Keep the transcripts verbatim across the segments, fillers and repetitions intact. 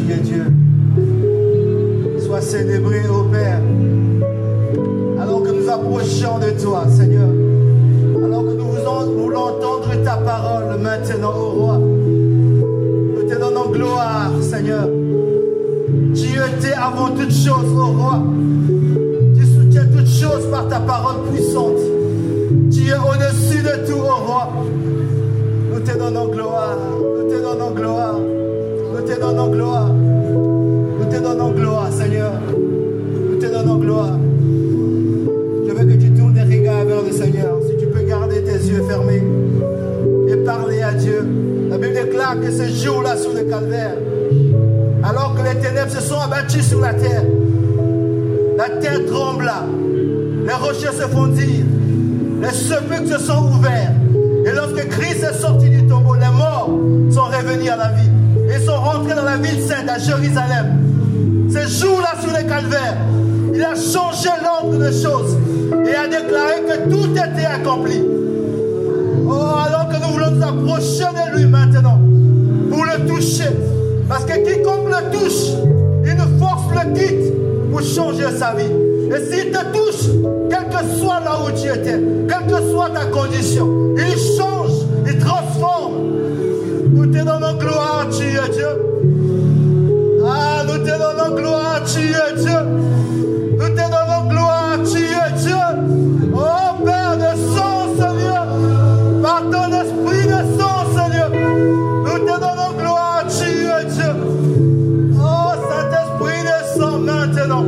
tu es Dieu. Sois célébré, ô Père. Alors que nous approchons de toi, Seigneur. Alors que nous voulons entendre ta parole maintenant, ô Roi. Nous te donnons gloire, Seigneur. Tu étais avant toute chose, ô Roi. Tu soutiens toutes choses par ta parole puissante. Tu es au-dessus de tout, ô Roi. Nous te donnons gloire. Nous te donnons gloire. Nous te donnons gloire. Nous te donnons gloire, Seigneur. Nous te donnons gloire. Je veux que tu tournes tes regards vers le Seigneur. Si tu peux garder tes yeux fermés et parler à Dieu. La Bible déclare que ce jour-là sur le calvaire, alors que les ténèbres se sont abattues sur la terre, la terre trembla, les rochers se fondirent, les sépulcres se sont ouverts. Et lorsque Christ est sorti du tombeau, les morts sont revenus à la vie. Ils sont rentrés dans la ville sainte, à Jérusalem. Ce jour-là sur le calvaire, il a changé l'ordre des choses et a déclaré que tout était accompli. Oh, alors que nous voulons nous approcher de lui maintenant pour le toucher. Parce que quiconque le touche, une force le quitte pour changer sa vie. Et s'il te touche, quel que soit là où tu étais, quelle que soit ta condition, il change, il transforme. Nous te donnons gloire, tu es Dieu. Ah, nous te donnons gloire, tu es Dieu. Nous te donnons gloire, tu es Dieu. Oh Père de sang, Seigneur, par ton esprit de sang, Seigneur, nous te donnons gloire, tu es Dieu. Oh Saint-Esprit descend maintenant.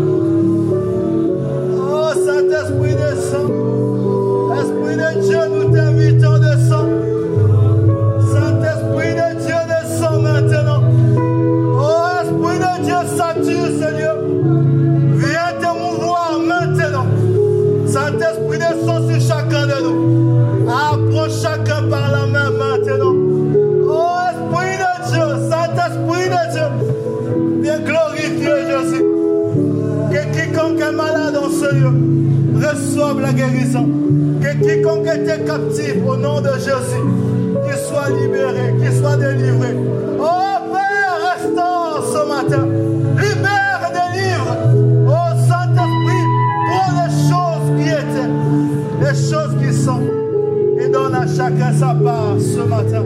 Oh Saint-Esprit descend. Esprit de Dieu, nous t'invitons descend. Saint-Esprit de Dieu descend maintenant. Oh Esprit de Dieu, sature, Seigneur. Viens te mouvoir maintenant. Saint-Esprit descend sur chacun de nous. Approche chacun par la main maintenant. Oh Esprit de Dieu, Saint-Esprit de Dieu, viens glorifier Jésus. Que quiconque est malade en ce lieu reçoive la guérison. Que quiconque était captif au nom de Jésus, qu'il soit libéré, qu'il soit délivré. Oh Père, restaure ce matin. Libère et délivre. Oh Saint-Esprit, prends les choses qui étaient, les choses qui sont, et donne à chacun sa part ce matin.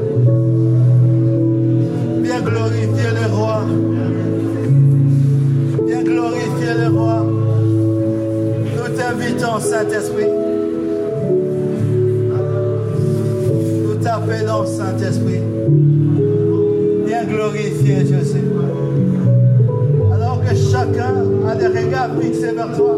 Viens glorifier le roi. Viens glorifier le roi. Nous t'invitons, Saint-Esprit. Nous t'appelons, Saint-Esprit. Viens glorifier Jésus. Alors que chacun a des regards fixés vers toi.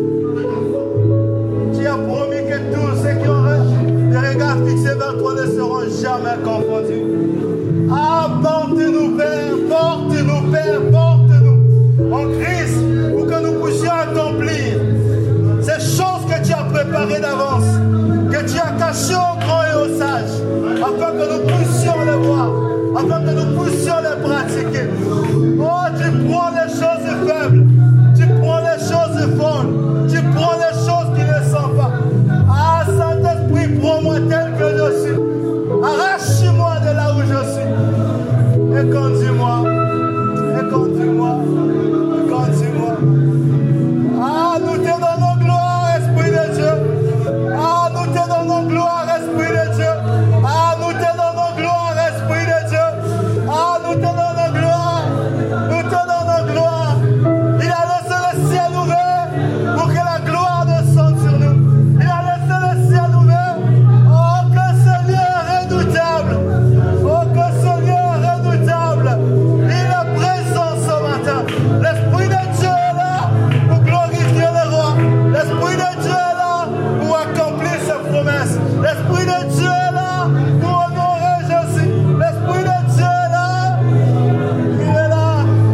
Tu as promis que tous ceux qui auraient des regards fixés vers toi ne seront jamais confondus. Ah, porte-nous, Père, porte-nous, Père, porte-nous en Christ pour que nous puissions accomplir ces choses que tu as préparées d'avance, que tu as cachées aux grands et aux sages, afin que nous puissions les voir, afin que nous puissions les pratiquer. Oh, tu prends les choses faibles, tu prends les choses folles, tu prends les choses qui ne sont pas. Ah, Saint-Esprit, prends-moi tel que je suis. Arrache-moi de là où je suis. Et conduis-moi. Et conduis-moi. Et conduis-moi. Ah, nous te donnons gloire, Esprit de Dieu. Ah, nous te donnons gloire, Esprit de Dieu. Ah, nous te donnons gloire, Esprit de Dieu. Ah, nous te donnons gloire. Nous te donnons gloire. Il a laissé le ciel ouvert pour que la gloire descende sur nous. Il a laissé le ciel ouvert. Oh, que ce lieu est redoutable. Oh, que ce lieu est redoutable. Il est présent ce matin. L'Esprit de Dieu est là pour glorifier le roi. L'Esprit de Dieu est là pour accomplir ses promesses. L'Esprit de Dieu est là pour honorer Jésus. L'Esprit de Dieu est là. Il est là.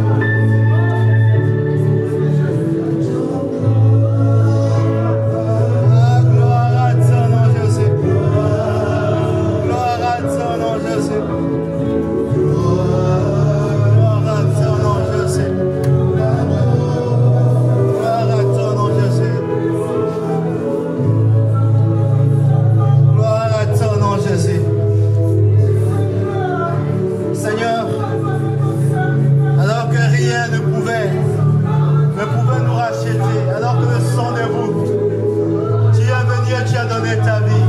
Ah, gloire à ton nom, Jésus. Gloire à ton nom, Jésus. Gloire à ton nom, Jésus. pouvait, ne pouvait nous racheter, alors que le sang de vous, tu es venu et tu as donné ta vie.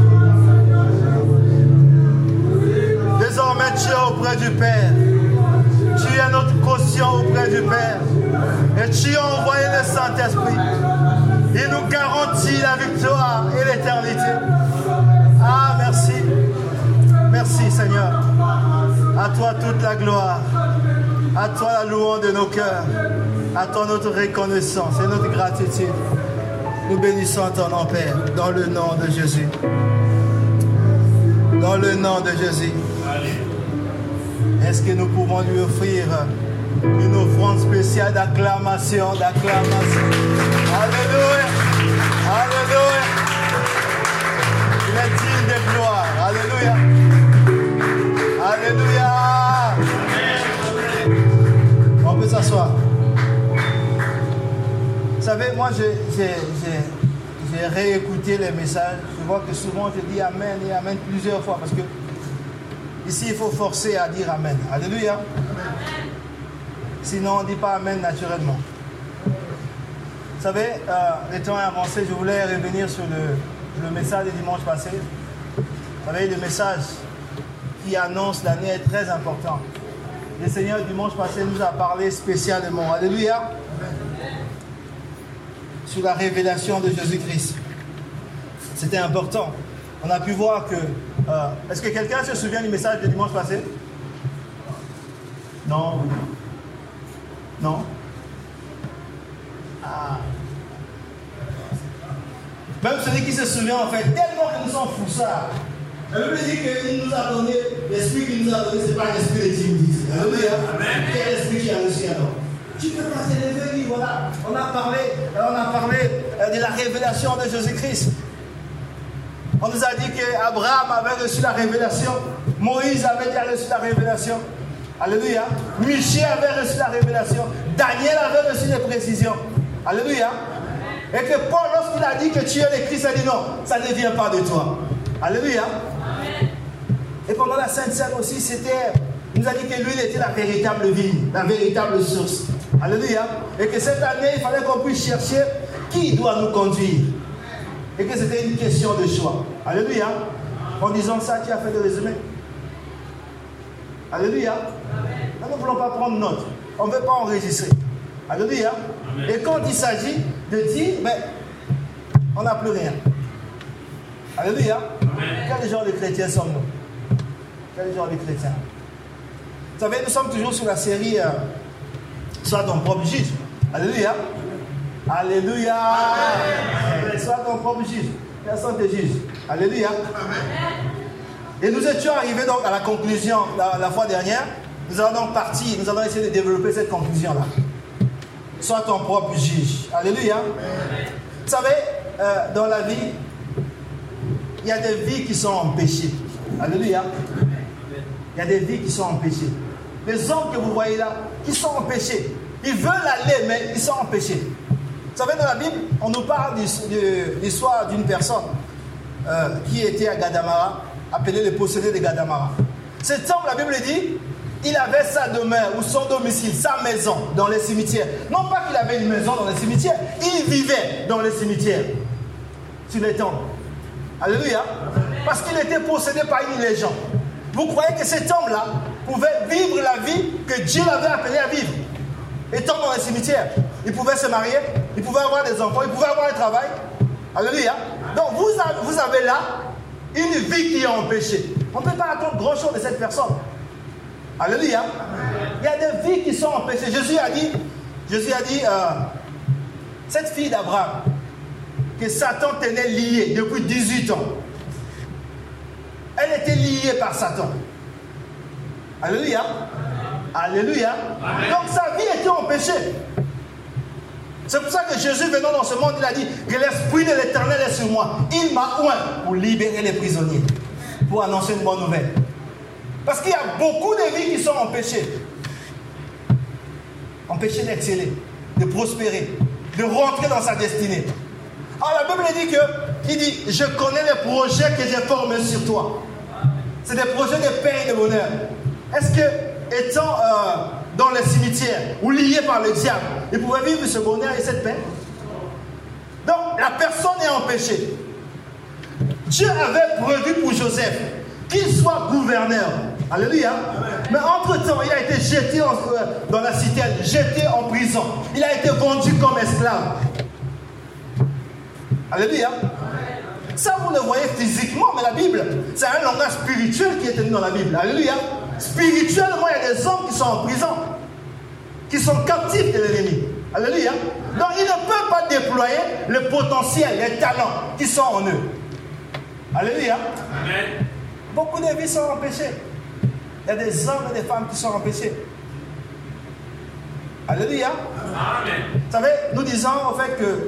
Désormais, tu es auprès du Père. Tu es notre caution auprès du Père. Et tu as envoyé le Saint-Esprit. Il nous garantit la victoire et l'éternité. Ah, merci. Merci, Seigneur. À toi toute la gloire. À toi la louange de nos cœurs. À toi notre reconnaissance et notre gratitude. Nous bénissons ton nom, Père, dans le nom de Jésus. Dans le nom de Jésus. Est-ce que nous pouvons lui offrir une offrande spéciale d'acclamation, d'acclamation. Alléluia. Alléluia. Il est digne de gloire. Alléluia. Alléluia. On peut s'asseoir. Vous savez, moi, j'ai, j'ai, j'ai, j'ai réécouté les messages. Je vois que souvent, je dis Amen et Amen plusieurs fois parce que ici, il faut forcer à dire Amen. Alléluia. Amen. Sinon, on ne dit pas Amen naturellement. Vous savez, euh, les temps avancés, je voulais revenir sur le, le message du dimanche passé. Vous savez, le message qui annonce l'année est très important. Le Seigneur, dimanche passé, nous a parlé spécialement. Alléluia. Amen. Sur la révélation de Jésus-Christ. C'était important. On a pu voir que... Euh, est-ce que quelqu'un se souvient du message de dimanche passé? Non. Non. Ah. Même celui qui se souvient, en fait, tellement que nous sommes foussards. La Bible dit qu'il nous a donné, l'esprit qu'il nous a donné, ce n'est pas l'esprit de timidité. Alléluia. Quel esprit qui a reçu alors? Tu peux pas t'élever, oui, voilà. On a parlé, on a parlé de la révélation de Jésus-Christ. On nous a dit qu'Abraham avait reçu la révélation. Moïse avait déjà reçu la révélation. Alléluia. Michel avait reçu la révélation. Daniel avait reçu des précisions. Alléluia. Et que Paul, lorsqu'il a dit que tu es le Christ, il a dit non, ça ne vient pas de toi. Alléluia. Et pendant la Sainte Seine aussi, c'était, il nous a dit que lui, il était la véritable vigne, la véritable source. Alléluia. Et que cette année, il fallait qu'on puisse chercher qui doit nous conduire. Et que c'était une question de choix. Alléluia. En disant ça, tu as fait le résumé. Alléluia. Nous ne voulons pas prendre note. On ne veut pas enregistrer. Alléluia. Amen. Et quand il s'agit de dire, ben, on n'a plus rien. Alléluia. Amen. Quel genre de chrétiens sommes-nous? Quel genre de chrétiens? Vous savez, nous sommes toujours sur la série euh, Sois ton propre juge. Alléluia. Alléluia. Amen. Sois ton propre juge. Personne ne te juge. Alléluia. Amen. Et nous étions arrivés donc à la conclusion la, la fois dernière. Nous allons donc partir, nous allons essayer de développer cette conclusion-là. Sois ton propre juge. Alléluia. Amen. Vous savez, euh, dans la vie, il y a des vies qui sont en péché. Alléluia. Il y a des vies qui sont en péché. Les hommes que vous voyez là, qui sont en péché. Ils veulent aller, mais ils sont en péché. Vous savez, dans la Bible, on nous parle de l'histoire d'une personne euh, qui était à Gadamara, appelé le possédé de Gadamara. Cet homme, la Bible dit, il avait sa demeure ou son domicile, sa maison dans les cimetières. Non pas qu'il avait une maison dans les cimetières, il vivait dans les cimetières, sur les tombes. Alléluia. Parce qu'il était possédé par une légende. Vous croyez que cet homme-là pouvait vivre la vie que Dieu l'avait appelé à vivre? Étant dans les cimetières, il pouvait se marier, il pouvait avoir des enfants, il pouvait avoir un travail. Alléluia. Donc vous avez, vous avez là une vie qui est en péché. On ne peut pas attendre grand-chose de cette personne. Alléluia. Il y a des vies qui sont en péché. Jésus a dit, Jésus a dit, euh, cette fille d'Abraham, que Satan tenait liée depuis dix-huit ans. Elle était liée par Satan. Alléluia. Alléluia. Amen. Donc sa vie était en péché. C'est pour ça que Jésus venant dans ce monde, il a dit que l'Esprit de l'Éternel est sur moi. Il m'a oint pour libérer les prisonniers, pour annoncer une bonne nouvelle. Parce qu'il y a beaucoup de vies qui sont en péché. En péché d'exceller, de prospérer, de rentrer dans sa destinée. Alors la Bible dit que, il dit, je connais les projets que j'ai formés sur toi. C'est des projets de paix et de bonheur. Est-ce que, étant euh, dans les cimetières ou lié par le diable, il pouvait vivre ce bonheur et cette paix. Donc, la personne est empêchée. Dieu avait prévu pour Joseph qu'il soit gouverneur. Alléluia. Mais entre-temps, il a été jeté en, euh, dans la citerne, jeté en prison. Il a été vendu comme esclave. Alléluia. Ça, vous le voyez physiquement, mais la Bible, c'est un langage spirituel qui est tenu dans la Bible. Alléluia. Spirituellement, il y a des hommes qui sont en prison, qui sont captifs de l'ennemi. Alléluia. Donc, ils ne peuvent pas déployer le potentiel, les talents qui sont en eux. Alléluia. Amen. Beaucoup de vies sont empêchées. Il y a des hommes et des femmes qui sont empêchés. Alléluia. Amen. Vous savez, nous disons en fait que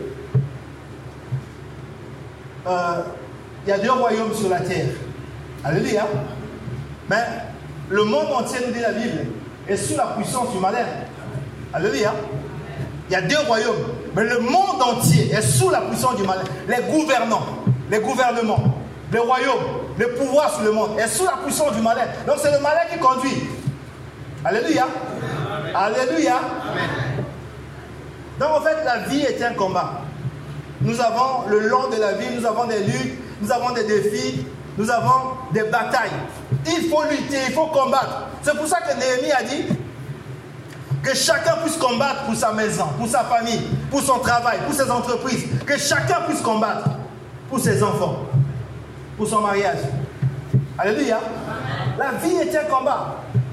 euh, il y a deux royaumes sur la terre. Alléluia. Mais le monde entier, nous dit la Bible, est sous la puissance du malin. Alléluia. Il y a deux royaumes. Mais le monde entier est sous la puissance du malin. Les gouvernants, les gouvernements, les royaumes, le pouvoir sur le monde est sous la puissance du malin. Donc c'est le malin qui conduit. Alléluia. Amen. Alléluia. Amen. Donc en fait, la vie est un combat. Nous avons le long de la vie, nous avons des luttes, nous avons des défis, nous avons des batailles. Il faut lutter, il faut combattre. C'est pour ça que Néhémie a dit que chacun puisse combattre pour sa maison, pour sa famille, pour son travail, pour ses entreprises. Que chacun puisse combattre pour ses enfants, pour son mariage. Alléluia. La vie est un combat.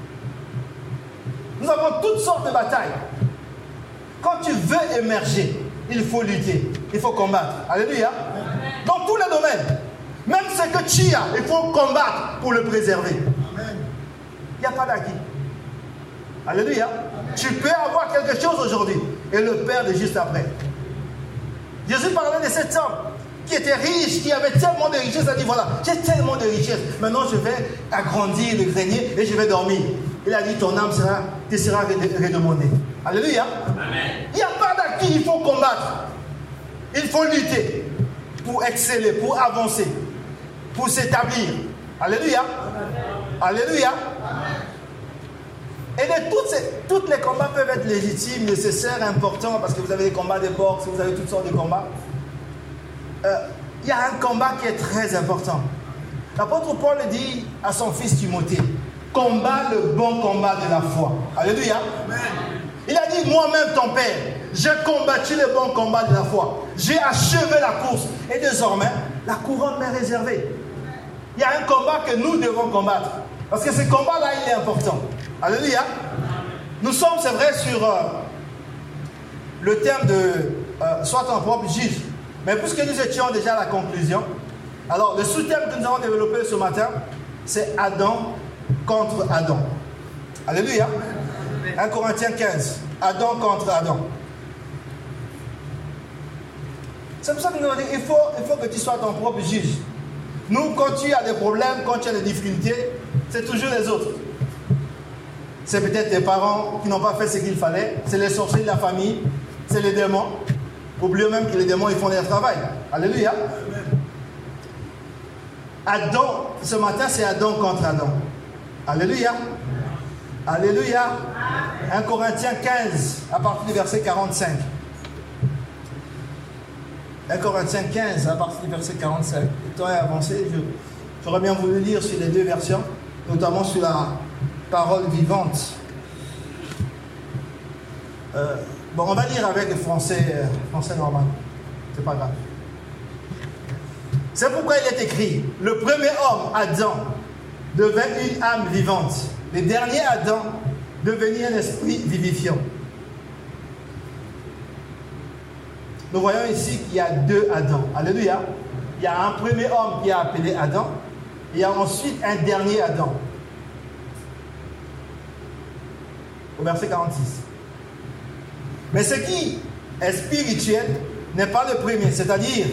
Nous avons toutes sortes de batailles. Quand tu veux émerger, il faut lutter, il faut combattre. Alléluia. Dans tous les domaines. Même ce que tu as, il faut combattre pour le préserver. Il n'y a pas d'acquis. Alléluia. Tu peux avoir quelque chose aujourd'hui et le perdre juste après. Jésus parlait de cet homme qui était riche, qui avait tellement de richesses. Il a dit voilà, j'ai tellement de richesses. Maintenant je vais agrandir le grenier et je vais dormir. Il a dit ton âme sera, te sera redemandée. Alléluia. Amen. Il n'y a pas d'acquis, il faut combattre. Il faut lutter pour exceller, pour avancer, pour s'établir. Alléluia. Amen. Alléluia. Amen. Et de toutes, ces, toutes les combats peuvent être légitimes, nécessaires, importants, parce que vous avez des combats de boxe, vous avez toutes sortes de combats. Il euh, y a un combat qui est très important. L'apôtre Paul dit à son fils Timothée, combat le bon combat de la foi. Alléluia. Amen. Il a dit, moi-même ton père, j'ai combattu le bon combat de la foi. J'ai achevé la course. Et désormais, la couronne m'est réservée. Il y a un combat que nous devons combattre. Parce que ce combat-là, il est important. Alléluia. Nous sommes, c'est vrai, sur euh, le thème de euh, sois ton propre juge. Mais puisque nous étions déjà à la conclusion, alors le sous-thème que nous avons développé ce matin, c'est Adam contre Adam. Alléluia. un Corinthiens quinze. Adam contre Adam. C'est pour ça que nous avons dit, il faut, il faut que tu sois ton propre juge. Nous, quand tu as des problèmes, quand tu as des difficultés, c'est toujours les autres. C'est peut-être tes parents qui n'ont pas fait ce qu'il fallait. C'est les sorciers de la famille. C'est les démons. Oubliez même que les démons, ils font leur travail. Alléluia. Adam, ce matin, c'est Adam contre Adam. Alléluia. Alléluia. un Corinthiens quinze, à partir du verset quarante-cinq. un Corinthiens quinze, à partir du verset quarante-cinq. Le temps est avancé. Je, j'aurais bien voulu lire sur les deux versions, notamment sur la parole vivante. Euh, bon, on va lire avec le français, euh, français normal. C'est pas grave. C'est pourquoi il est écrit, le premier homme, Adam, devint une âme vivante. Le dernier Adam devenit un esprit vivifiant. Nous voyons ici qu'il y a deux Adams. Alléluia. Il y a un premier homme qui est appelé Adam. Et il y a ensuite un dernier Adam. Au verset quarante-six. Mais ce qui est spirituel n'est pas le premier. C'est-à-dire,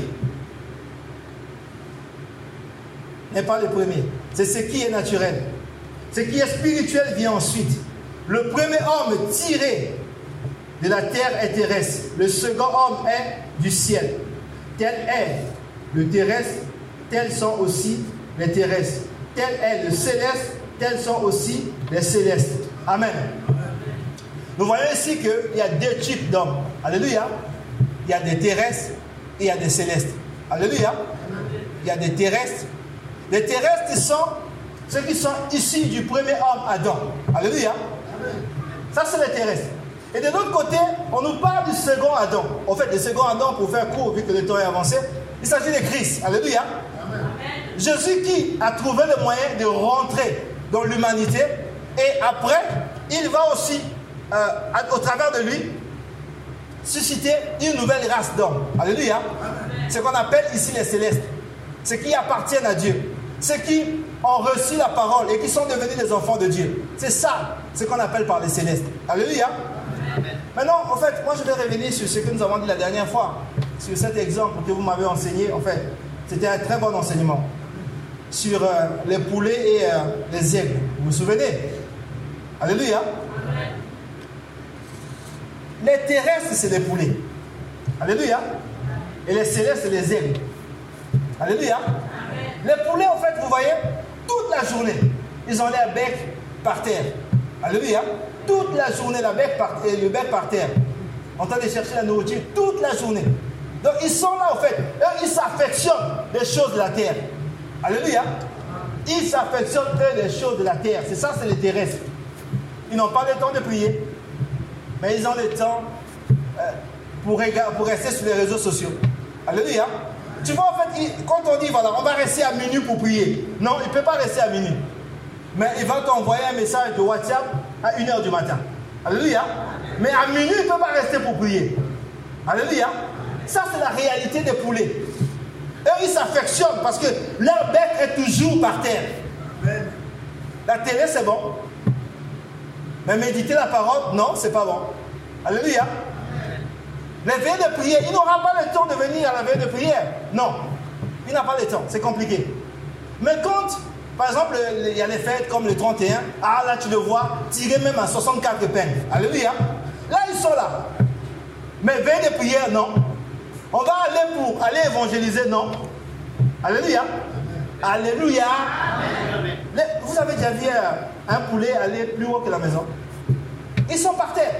n'est pas le premier. C'est ce qui est naturel. Ce qui est spirituel vient ensuite. Le premier homme tiré de la terre est terrestre. Le second homme est du ciel. Tel est le terrestre, tels sont aussi les terrestres. Tel est le céleste, tels sont aussi les célestes. Amen. Nous voyons ici qu'il y a deux types d'hommes. Alléluia. Il y a des terrestres et il y a des célestes. Alléluia. Il y a des terrestres. Les terrestres, ils sont ceux qui sont issus du premier homme, Adam. Alléluia. Ça, c'est les terrestres. Et de l'autre côté, on nous parle du second Adam. En fait, le second Adam, pour faire court, vu que le temps est avancé, il s'agit de Christ. Alléluia. Amen. Jésus qui a trouvé le moyen de rentrer dans l'humanité. Et après, il va aussi, euh, au travers de lui, susciter une nouvelle race d'hommes. Alléluia. Amen. Ce qu'on appelle ici les célestes. Ceux qui appartiennent à Dieu. Ceux qui ont reçu la parole et qui sont devenus des enfants de Dieu. C'est ça, ce qu'on appelle par les célestes. Alléluia. Amen. Maintenant, en fait, moi je vais revenir sur ce que nous avons dit la dernière fois. Sur cet exemple que vous m'avez enseigné. En fait, c'était un très bon enseignement. Sur euh, les poulets et euh, les aigles. Vous vous souvenez? Alléluia. Amen. Les terrestres, c'est les poulets. Alléluia. Et les célestes, c'est les aigles. Alléluia. Les poulets, en fait, vous voyez, toute la journée, ils ont l'air bec par terre. Alléluia. Toute la journée, la bec par, le bec par terre. En train de chercher la nourriture toute la journée. Donc, ils sont là, en fait. Eux, ils s'affectionnent des choses de la terre. Alléluia. Ils s'affectionnent, eux, des choses de la terre. C'est ça, c'est les terrestres. Ils n'ont pas le temps de prier. Mais ils ont le temps euh, pour, pour rester sur les réseaux sociaux. Alléluia. Tu vois, en fait, il, quand on dit, voilà, on va rester à minuit pour prier. Non, il ne peut pas rester à minuit. Mais il va t'envoyer un message de WhatsApp à une heure du matin. Alléluia. Mais à minuit, il ne peut pas rester pour prier. Alléluia. Ça, c'est la réalité des poulets. Eux, ils s'affectionnent parce que leur bec est toujours par terre. Amen. La télé, c'est bon. Mais méditer la parole, non, c'est pas bon. Alléluia. Les veilles de prière, il n'aura pas le temps de venir à la veille de prière. Non, il n'a pas le temps, c'est compliqué. Mais quand, par exemple, il y a les fêtes comme le trente et un, ah là tu le vois tirer même à soixante-quatre peines. Alléluia. Là ils sont là. Mais veille de prière, non. On va aller pour aller évangéliser, non. Alléluia. Alléluia. Les, vous avez déjà vu un poulet aller plus haut que la maison? Ils sont par terre.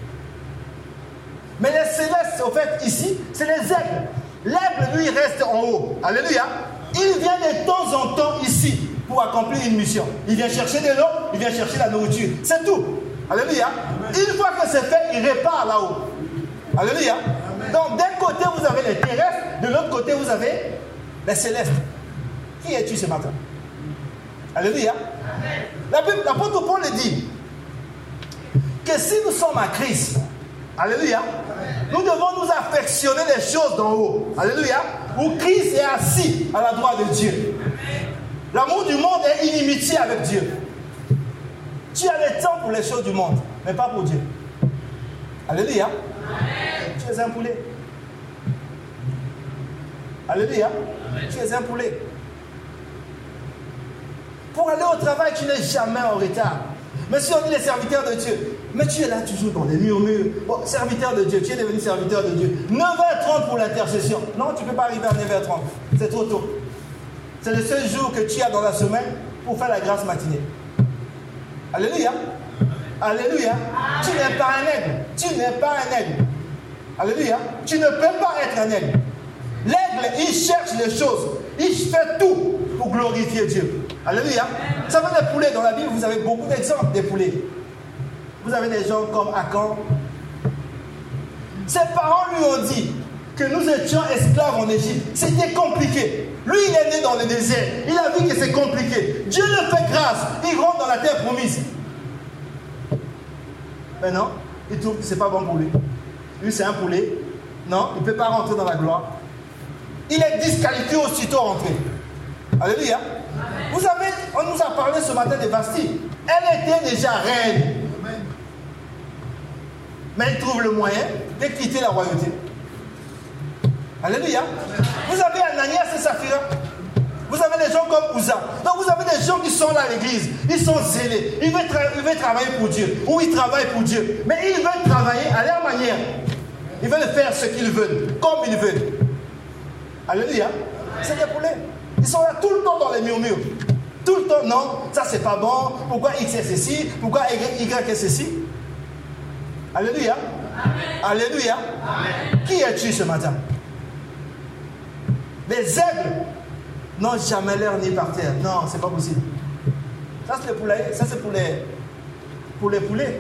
Mais les célestes, au fait, ici, c'est les aigles. L'aigle, lui, reste en haut. Alléluia. Il vient de temps en temps ici pour accomplir une mission. Il vient chercher de l'eau, il vient chercher la nourriture. C'est tout. Alléluia. Amen. Une fois que c'est fait, il repart là-haut. Alléluia. Amen. Donc, d'un côté, vous avez les terrestres, de l'autre côté, vous avez les célestes. Qui es-tu ce matin? Alléluia. L'apôtre Paul le dit que si nous sommes à Christ, alléluia, nous devons nous affectionner les choses d'en haut. Alléluia. Où Christ est assis à la droite de Dieu. L'amour du monde est inimitié avec Dieu. Tu as le temps pour les choses du monde, mais pas pour Dieu. Alléluia. Amen. Tu es un poulet. Alléluia. Amen. Tu es un poulet. Pour aller au travail, tu n'es jamais en retard. Mais si on dit les serviteurs de Dieu, mais tu es là toujours dans les murmures. Bon, serviteur de Dieu, tu es devenu serviteur de Dieu. neuf heures trente pour l'intercession. Non, tu ne peux pas arriver à neuf heures trente. C'est trop tôt. C'est le seul jour que tu as dans la semaine pour faire la grâce matinée. Alléluia. Alléluia. Tu n'es pas un aigle. Tu n'es pas un aigle. Alléluia. Tu ne peux pas être un aigle. L'aigle, il cherche les choses. Il fait tout pour glorifier Dieu. Alléluia. Vous savez, les poulets, dans la Bible, vous avez beaucoup d'exemples des poulets. Vous avez des gens comme Akan. Ses parents lui ont dit que nous étions esclaves en Égypte. C'était compliqué. Lui, il est né dans le désert. Il a vu que c'est compliqué. Dieu le fait grâce. Il rentre dans la terre promise. Mais non, il trouve que ce n'est pas bon pour lui. Lui, c'est un poulet. Non, il ne peut pas rentrer dans la gloire. Il est disqualifié aussitôt rentré. Alléluia. Amen. Vous savez, on nous a parlé ce matin de Vasti. Elle était déjà reine. Amen. Mais il trouve le moyen de quitter la royauté. Alléluia. Amen. Vous avez Ananias et Saphira. Vous avez des gens comme Uza. Donc vous avez des gens qui sont là à l'église. Ils sont zélés. Ils veulent, tra- ils veulent travailler pour Dieu. Ou ils travaillent pour Dieu. Mais ils veulent travailler à leur manière. Ils veulent faire ce qu'ils veulent. Comme ils veulent. Alléluia. C'est des poulets. Ils sont là tout le temps dans les murmures. Tout le temps, non, ça c'est pas bon. Pourquoi X est ceci? Pourquoi Y est ceci? Alléluia. Amen. Alléluia. Amen. Qui es-tu ce matin? Les aigles n'ont jamais l'air ni par terre. Non, c'est pas possible. Ça c'est pour les, ça c'est pour les, pour les poulets.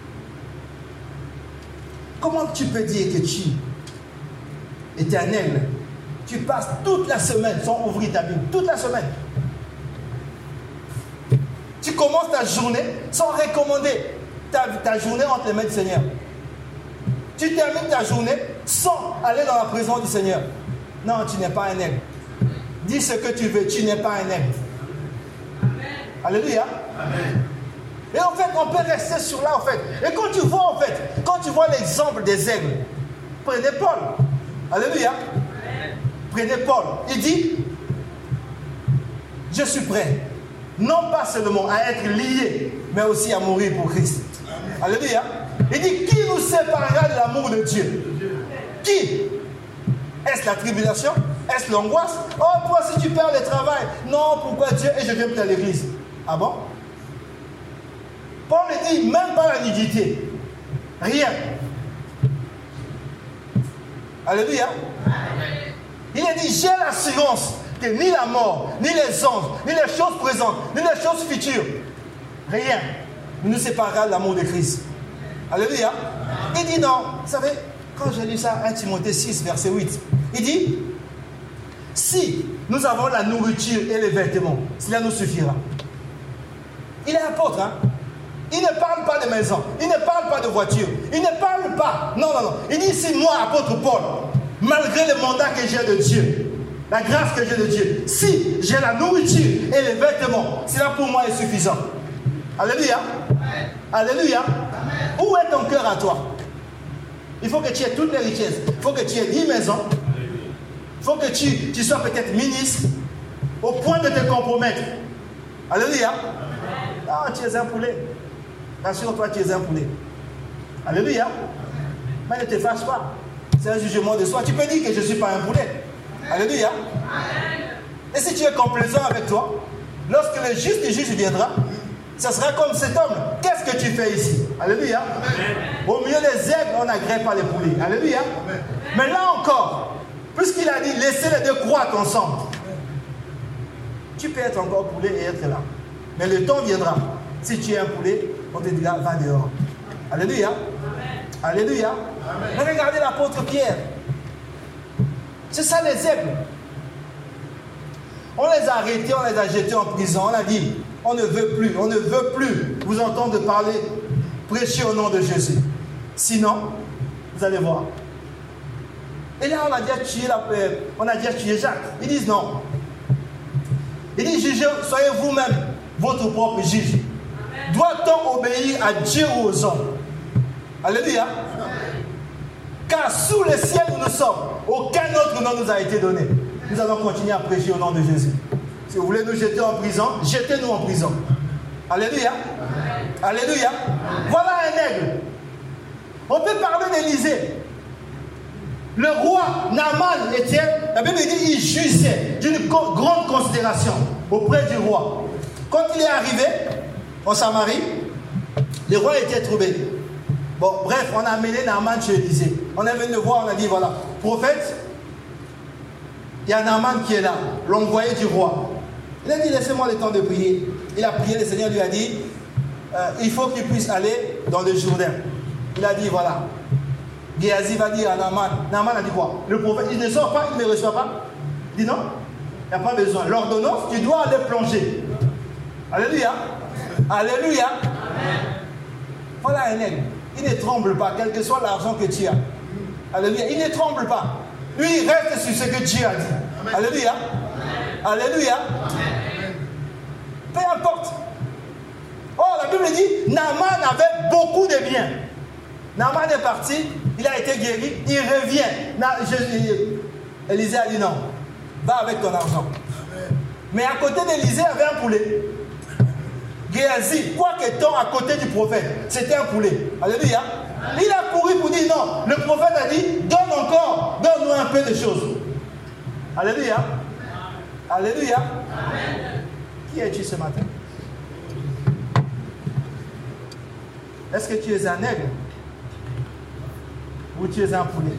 Comment tu peux dire que tu es un aigle? Tu passes toute la semaine sans ouvrir ta Bible, toute la semaine. Tu commences ta journée sans recommander ta, ta journée entre les mains du Seigneur. Tu termines ta journée sans aller dans la présence du Seigneur. Non, tu n'es pas un aigle. Dis ce que tu veux, tu n'es pas un aigle. Amen. Alléluia. Amen. Et en fait, on peut rester sur là, en fait. Et quand tu vois, en fait, quand tu vois l'exemple des aigles, prenez Paul. Alléluia. Amen. Prenez Paul. Il dit, je suis prêt, non pas seulement à être lié, mais aussi à mourir pour Christ. Amen. Alléluia. Il dit, qui nous séparera de l'amour de Dieu? Qui? Est-ce la tribulation? Est-ce l'angoisse? Oh, toi, si tu perds le travail. Non, pourquoi Dieu? Et je viens peut-être à l'église. Ah bon? Paul dit, même pas la nudité. Rien. Alléluia. Il a dit, j'ai l'assurance que ni la mort, ni les anges, ni les choses présentes, ni les choses futures, rien ne nous séparera de l'amour de Christ. Alléluia. Il dit non, vous savez, quand j'ai lu ça, un Timothée six, verset huit, il dit, si nous avons la nourriture et les vêtements, cela nous suffira. Il est apôtre, hein. Il ne parle pas de maison, il ne parle pas de voiture, il ne parle pas, non, non, non. Il dit, si moi, apôtre Paul, malgré le mandat que j'ai de Dieu, la grâce que j'ai de Dieu, si j'ai la nourriture et les vêtements, cela pour moi est suffisant. Alléluia. Amen. Alléluia. Amen. Où est ton cœur à toi? Il faut que tu aies toutes les richesses. Il faut que tu aies dix maisons. Il faut que tu, tu sois peut-être ministre au point de te compromettre. Alléluia. Ah, tu es un poulet. Rassure-toi, tu es un poulet. Alléluia. Mais ne te fâche pas. C'est un jugement de soi. Tu peux dire que je ne suis pas un poulet. Alléluia. Et si tu es complaisant avec toi, lorsque le juste juge viendra, ce sera comme cet homme. Qu'est-ce que tu fais ici? Alléluia. Amen. Au milieu des aigles, on n'agrée pas les poulets. Alléluia. Amen. Mais là encore, puisqu'il a dit, laissez les deux croître ensemble. Tu peux être encore poulet et être là. Mais le temps viendra. Si tu es un poulet, on te dira, va dehors. Alléluia. Amen. Alléluia. Amen. Mais regardez l'apôtre Pierre. C'est ça les aigles. On les a arrêtés, on les a jetés en prison. On a dit, on ne veut plus, on ne veut plus vous entendre parler, prêcher au nom de Jésus. Sinon, vous allez voir. Et là, on a déjà tué, la, euh, on a déjà tué Jacques. Ils disent non. Ils disent, jugez, soyez vous-même votre propre juge. Doit-on obéir à Dieu ou aux hommes? Alléluia. Amen. Car sous le ciel où nous sommes, aucun autre nom nous a été donné. Nous allons continuer à prêcher au nom de Jésus. Si vous voulez nous jeter en prison, jetez-nous en prison. Alléluia. Amen. Alléluia. Amen. Voilà un aigle. On peut parler d'Élisée. Le roi Naaman était, la Bible dit, il jouissait d'une grande considération auprès du roi. Quand il est arrivé en Samarie, le roi était troublé. Bon, bref, on a amené Naaman chez Élisée. On est venu le voir, on a dit, voilà, prophète, il y a Naaman qui est là, l'envoyé du roi. Il a dit, laissez-moi le temps de prier. Il a prié, le Seigneur lui a dit, euh, il faut qu'il puisse aller dans le Jourdain. Il a dit, voilà. Géasi va dire à Naaman. Naaman a dit quoi? Le prophète, il ne sort pas, il ne me reçoit pas. Il dit non, il n'y a pas besoin. L'ordonnance, tu dois aller plonger. Alléluia. Alléluia. Amen. Voilà un aigle. Il ne tremble pas, quel que soit l'argent que tu as. Alléluia. Il ne tremble pas. Lui, il reste sur ce que Dieu a dit. Amen. Alléluia. Amen. Alléluia. Amen. Peu importe. Oh, la Bible dit, Naaman avait beaucoup de biens. Naaman est parti, il a été guéri, il revient. Na, je, je, Élisée a dit non, va avec ton argent. Amen. Mais à côté d'Élisée, il y avait un poulet. Géasi, quoi qu'étant à côté du prophète, c'était un poulet. Alléluia. Amen. Il a couru pour dire non. Le prophète a dit, donne encore, donne-nous un peu de choses. Alléluia. Alléluia. Amen. Qui es-tu ce matin? Est-ce que tu es un aigle? ou tu es un poulet.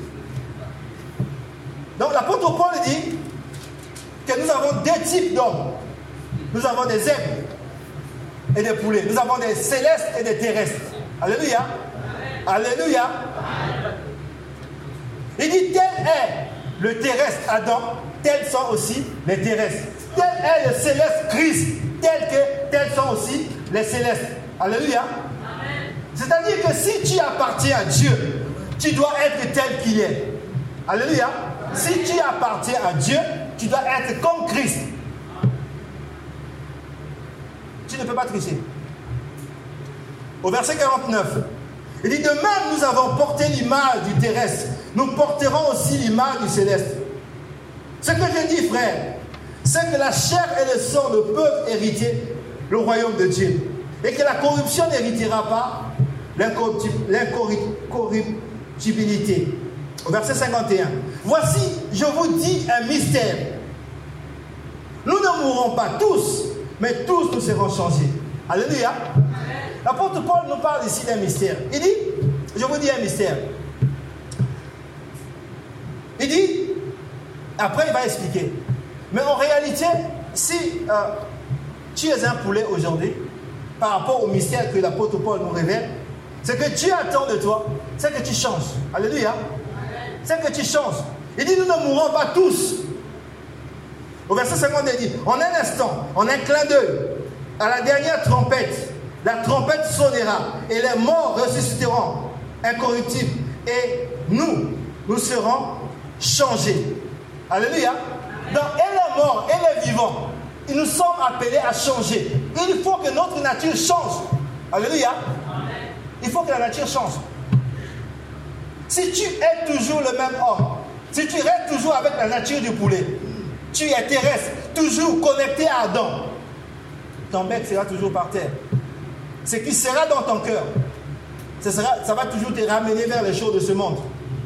Donc l'apôtre Paul dit que nous avons deux types d'hommes. Nous avons des aigles et des poulets. Nous avons des célestes et des terrestres. Alléluia. Alléluia. Il dit tel est le terrestre Adam, tels sont aussi les terrestres. Tel est le céleste Christ, tel que tels sont aussi les célestes. Alléluia. C'est-à-dire que si tu appartiens à Dieu, tu dois être tel qu'il est. Alléluia. Si tu appartiens à Dieu, tu dois être comme Christ. Tu ne peux pas tricher. Au verset quarante-neuf, il dit, de même nous avons porté l'image du terrestre, nous porterons aussi l'image du céleste. Ce que je dis, frère, c'est que la chair et le sang ne peuvent hériter le royaume de Dieu. Et que la corruption n'héritera pas l'incorruptibilité. Au verset cinquante et un. Voici, je vous dis un mystère. Nous ne mourrons pas tous, mais tous nous serons changés. Alléluia. L'apôtre Paul nous parle ici d'un mystère. Il dit, je vous dis un mystère. Il dit, après il va expliquer. Mais en réalité, si euh, tu es un poulet aujourd'hui, par rapport au mystère que l'apôtre Paul nous révèle, c'est que Dieu attend de toi, c'est que tu changes. Alléluia. C'est que tu changes. Il dit, nous ne mourrons pas tous. Au verset cinquante, il dit, en un instant, en un clin d'œil, à la dernière trompette, la trompette sonnera et les morts ressusciteront incorruptibles et nous, nous serons changés. Alléluia. Donc, et les morts et les vivants, nous sommes appelés à changer. Il faut que notre nature change. Alléluia. Il faut que la nature change. Si tu es toujours le même homme, si tu restes toujours avec la nature du poulet, tu es terrestre, toujours connecté à Adam, ton bec sera toujours par terre. Ce qui sera dans ton cœur, ça, sera, ça va toujours te ramener vers les choses de ce monde.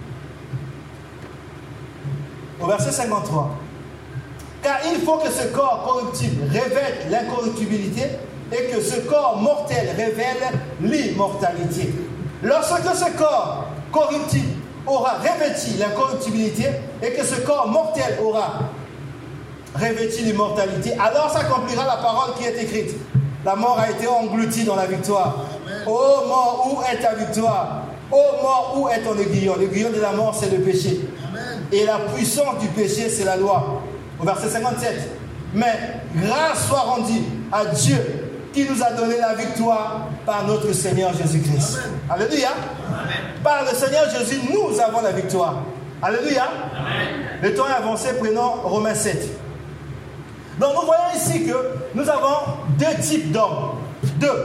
Au verset cinquante-trois. Car il faut que ce corps corruptible révèle l'incorruptibilité et que ce corps mortel révèle l'immortalité. Lorsque ce corps corruptible aura revêti l'incorruptibilité et que ce corps mortel aura revêti l'immortalité, alors s'accomplira la parole qui est écrite. La mort a été engloutie dans la victoire. Ô mort, où est ta victoire? Ô mort, où est ton aiguillon? L'aiguillon de la mort, c'est le péché. Amen. Et la puissance du péché, c'est la loi. Au verset cinquante-sept. Mais grâce soit rendue à Dieu qui nous a donné la victoire par notre Seigneur Jésus-Christ. Amen. Alléluia. Amen. Par le Seigneur Jésus, nous avons la victoire. Alléluia. Amen. Le temps est avancé, prenons Romains sept. Donc nous voyons ici que nous avons deux types d'hommes. Deux.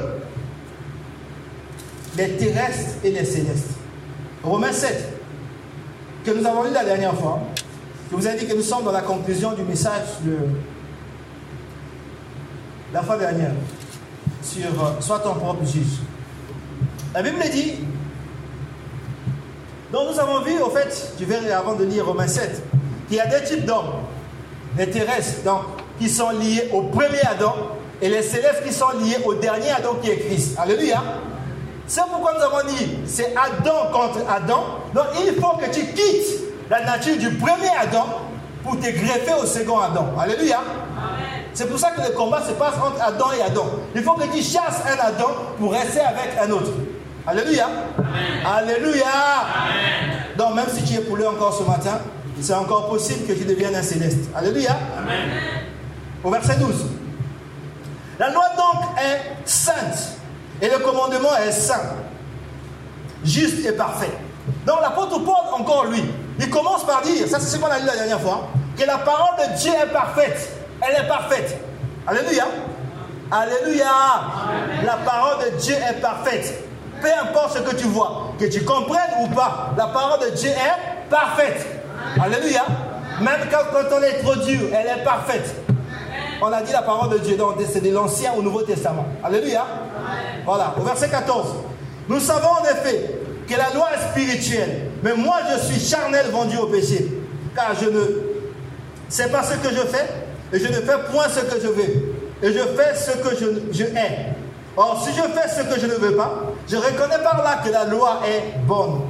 Les terrestres et les célestes. Romains sept, que nous avons lu la dernière fois. Je vous ai dit que nous sommes dans la conclusion du message de la fois dernière sur euh, Sois ton propre juge. La Bible dit, donc nous avons vu, au fait, je vais avant de lire Romains sept, qu'il y a deux types d'hommes. Les terrestres, donc, qui sont liés au premier Adam, et les célestes qui sont liés au dernier Adam qui est Christ. Alléluia. C'est pourquoi nous avons dit, c'est Adam contre Adam. Donc il faut que tu quittes la nature du premier Adam pour te greffer au second Adam. Alléluia. C'est pour ça que le combat se passe entre Adam et Adam. Il faut que tu chasses un Adam pour rester avec un autre. Alléluia. Amen. Alléluia. Amen. Donc même si tu es poulet encore ce matin, c'est encore possible que tu deviennes un céleste. Alléluia. Amen. Au verset douze. La loi donc est sainte et le commandement est saint, juste et parfait. Donc l'apôtre Paul, encore lui, il commence par dire, ça c'est ce qu'on a lu la dernière fois, que la parole de Dieu est parfaite. Elle est parfaite. Alléluia. Alléluia. Amen. La parole de Dieu est parfaite. Peu importe ce que tu vois, que tu comprennes ou pas, la parole de Dieu est parfaite. Alléluia. Même quand, quand on est trop dur, elle est parfaite. On a dit la parole de Dieu, donc c'est de l'Ancien au Nouveau Testament. Alléluia. Voilà, au verset quatorze. Nous savons en effet que la loi est spirituelle, mais moi je suis charnel vendu au péché, car je ne sais pas ce que je fais, et je ne fais point ce que je veux, et je fais ce que je, je hais. Or, si je fais ce que je ne veux pas, je reconnais par là que la loi est bonne.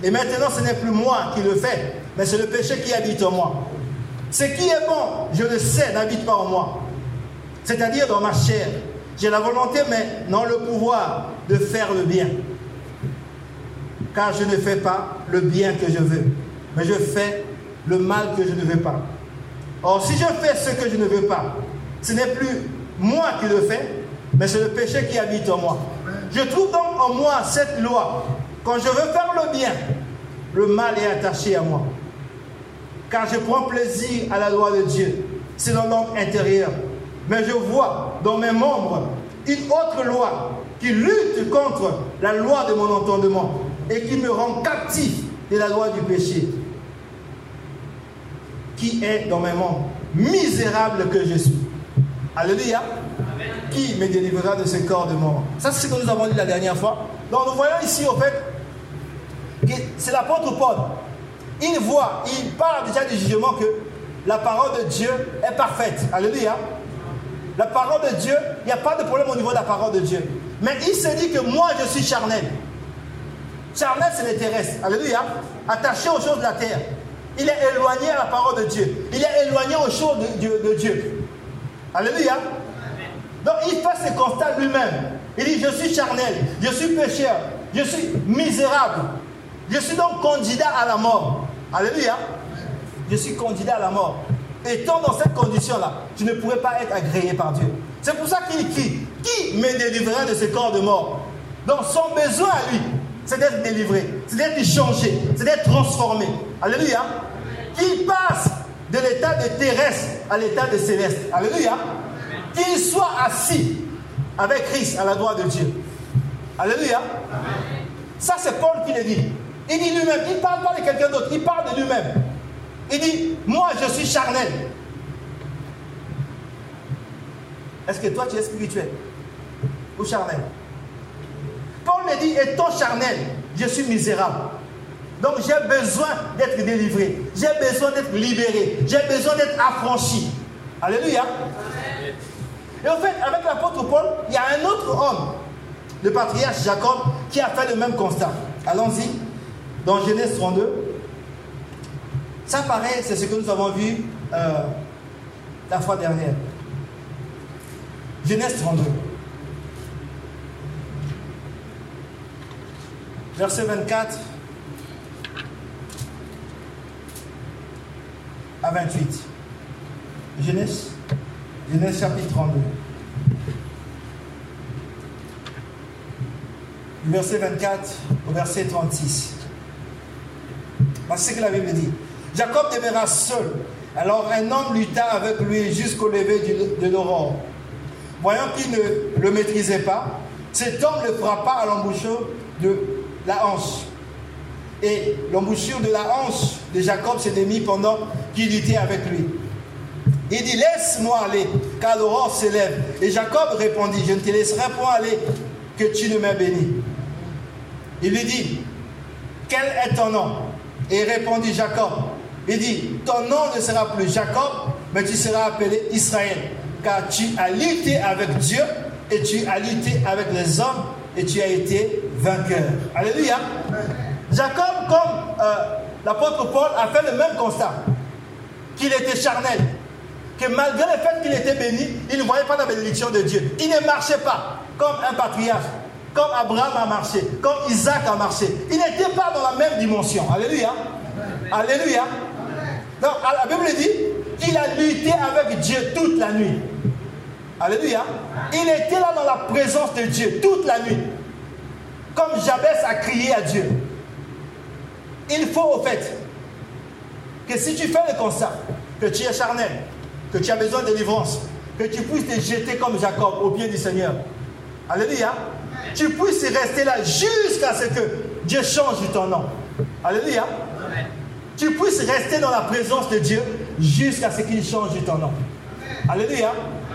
Et maintenant, ce n'est plus moi qui le fais, mais c'est le péché qui habite en moi. Ce qui est bon, je le sais, n'habite pas en moi. C'est-à-dire dans ma chair. J'ai la volonté, mais non le pouvoir de faire le bien. Car je ne fais pas le bien que je veux, mais je fais le mal que je ne veux pas. Or, si je fais ce que je ne veux pas, ce n'est plus moi qui le fais, mais c'est le péché qui habite en moi. Je trouve donc en moi cette loi. Quand je veux faire le bien, le mal est attaché à moi. Car je prends plaisir à la loi de Dieu. C'est dans l'homme intérieur. Mais je vois dans mes membres une autre loi qui lutte contre la loi de mon entendement et qui me rend captif de la loi du péché qui est dans mes membres. Misérable que je suis. Alléluia. Amen. Qui me délivrera de ce corps de mort? Ça, c'est ce que nous avons dit la dernière fois. Donc, nous voyons ici, au fait, que c'est l'apôtre Paul. Il voit, il parle déjà du jugement que la parole de Dieu est parfaite. Alléluia. La parole de Dieu, il n'y a pas de problème au niveau de la parole de Dieu. Mais il se dit que moi, je suis charnel. Charnel, c'est les terrestres. Alléluia. Attaché aux choses de la terre. Il est éloigné à la parole de Dieu. Il est éloigné aux choses de, de, de Dieu. Alléluia. Donc il fait ce constat lui-même. Il dit, je suis charnel, je suis pécheur, je suis misérable. Je suis donc candidat à la mort. Alléluia. Je suis candidat à la mort. Étant dans cette condition-là, je ne pourrais pas être agréé par Dieu. C'est pour ça qu'il crie, qui me délivrera de ce corps de mort? Donc son besoin à lui, c'est d'être délivré, c'est d'être changé, c'est d'être transformé. Alléluia. Qu'il passe de l'état de terrestre à l'état de céleste. Alléluia. Qu'il soit assis avec Christ à la droite de Dieu. Alléluia. Ça, c'est Paul qui le dit. Il dit lui-même, il ne parle pas de quelqu'un d'autre, il parle de lui-même. Il dit, moi je suis charnel. Est-ce que toi tu es spirituel ou charnel? Paul me dit, étant charnel, je suis misérable. Donc j'ai besoin d'être délivré. J'ai besoin d'être libéré. J'ai besoin d'être affranchi. Alléluia. Et en fait, avec l'apôtre Paul, il y a un autre homme, le patriarche Jacob, qui a fait le même constat. Allons-y, dans Genèse trente-deux. Ça paraît, c'est ce que nous avons vu euh, la fois dernière. Genèse trente-deux. Verset vingt-quatre à vingt-huit. Genèse, Genèse chapitre trente-deux. Du verset vingt-quatre au verset trente-six. C'est ce que la Bible dit. Jacob demeura seul. Alors un homme lutta avec lui jusqu'au lever de l'aurore. Voyant qu'il ne le maîtrisait pas, cet homme le frappa à l'embouchure de la hanche. Et l'embouchure de la hanche de Jacob se démit pendant qu'il luttait avec lui. Il dit, laisse-moi aller, car l'aurore s'élève. Et Jacob répondit, je ne te laisserai point aller, que tu ne m'aies béni. Il lui dit, quel est ton nom? Et répondit Jacob. Il dit, ton nom ne sera plus Jacob, mais tu seras appelé Israël, car tu as lutté avec Dieu, et tu as lutté avec les hommes, et tu as été vainqueur. Alléluia. Jacob, comme euh, l'apôtre Paul, a fait le même constat, qu'il était charnel, que malgré le fait qu'il était béni, il ne voyait pas la bénédiction de Dieu. Il ne marchait pas comme un patriarche, comme Abraham a marché, comme Isaac a marché. Il n'était pas dans la même dimension. Alléluia. Alléluia. Donc, la Bible dit qu'il a lutté avec Dieu toute la nuit. Alléluia. Il était là dans la présence de Dieu toute la nuit. Comme Jabès a crié à Dieu. Il faut au fait que si tu fais le constat que tu es charnel, que tu as besoin de délivrance, que tu puisses te jeter comme Jacob au pied du Seigneur. Alléluia. Tu puisses rester là jusqu'à ce que Dieu change ton nom. Alléluia. Tu puisses rester dans la présence de Dieu jusqu'à ce qu'il change ton nom. Alléluia.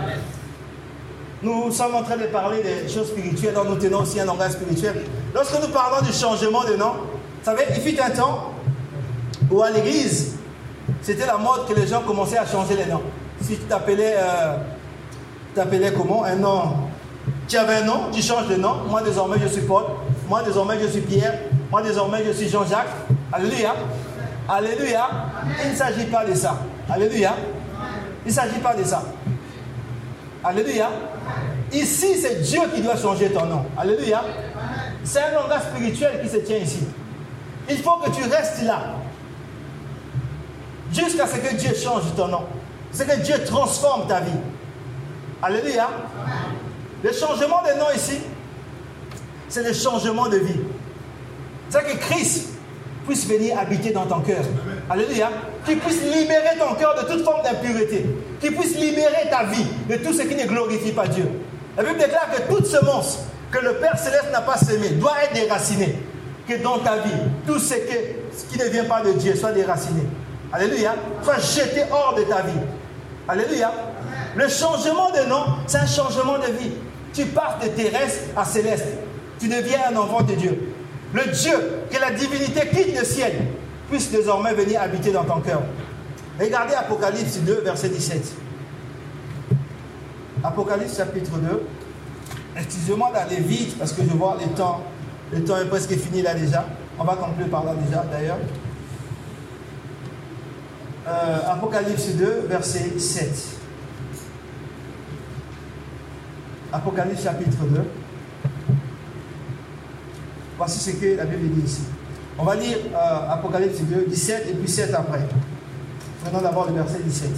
Nous sommes en train de parler des choses spirituelles, donc nous tenons aussi un langage spirituel. Lorsque nous parlons du changement de nom, vous savez, il fut un temps où à l'église, c'était la mode que les gens commençaient à changer les noms. Si tu t'appelais, euh, t'appelais comment? Un nom. Tu avais un nom, tu changes de nom. Moi désormais je suis Paul. Moi désormais je suis Pierre. Moi, désormais, je suis Jean-Jacques. Alléluia. Alléluia. Il ne s'agit pas de ça. Alléluia. Il ne s'agit pas de ça. Alléluia. Ici, c'est Dieu qui doit changer ton nom. Alléluia. C'est un langage spirituel qui se tient ici. Il faut que tu restes là. Jusqu'à ce que Dieu change ton nom. C'est que Dieu transforme ta vie. Alléluia. Le changement de nom ici, c'est le changement de vie. C'est que Christ puisse venir habiter dans ton cœur. Alléluia. Qu'il puisse libérer ton cœur de toute forme d'impureté. Qu'il puisse libérer ta vie de tout ce qui ne glorifie pas Dieu. La Bible déclare que toute semence que le Père Céleste n'a pas semée doit être déracinée. Que dans ta vie, tout ce, que, ce qui ne vient pas de Dieu soit déraciné. Alléluia. Soit jeté hors de ta vie. Alléluia. Le changement de nom, c'est un changement de vie. Tu pars de terrestre à céleste. Tu deviens un enfant de Dieu. Le Dieu, que la divinité quitte le ciel, puisse désormais venir habiter dans ton cœur. Regardez Apocalypse deux, verset dix-sept. Apocalypse chapitre deux. Excusez-moi d'aller vite parce que je vois le temps. Le temps est presque fini là déjà. On va conclure par là déjà d'ailleurs. Euh, Apocalypse deux, verset sept. Apocalypse chapitre deux. Voici ce que la Bible dit ici. On va lire euh, Apocalypse deux, dix-sept et puis sept après. Prenons d'abord le verset dix-sept.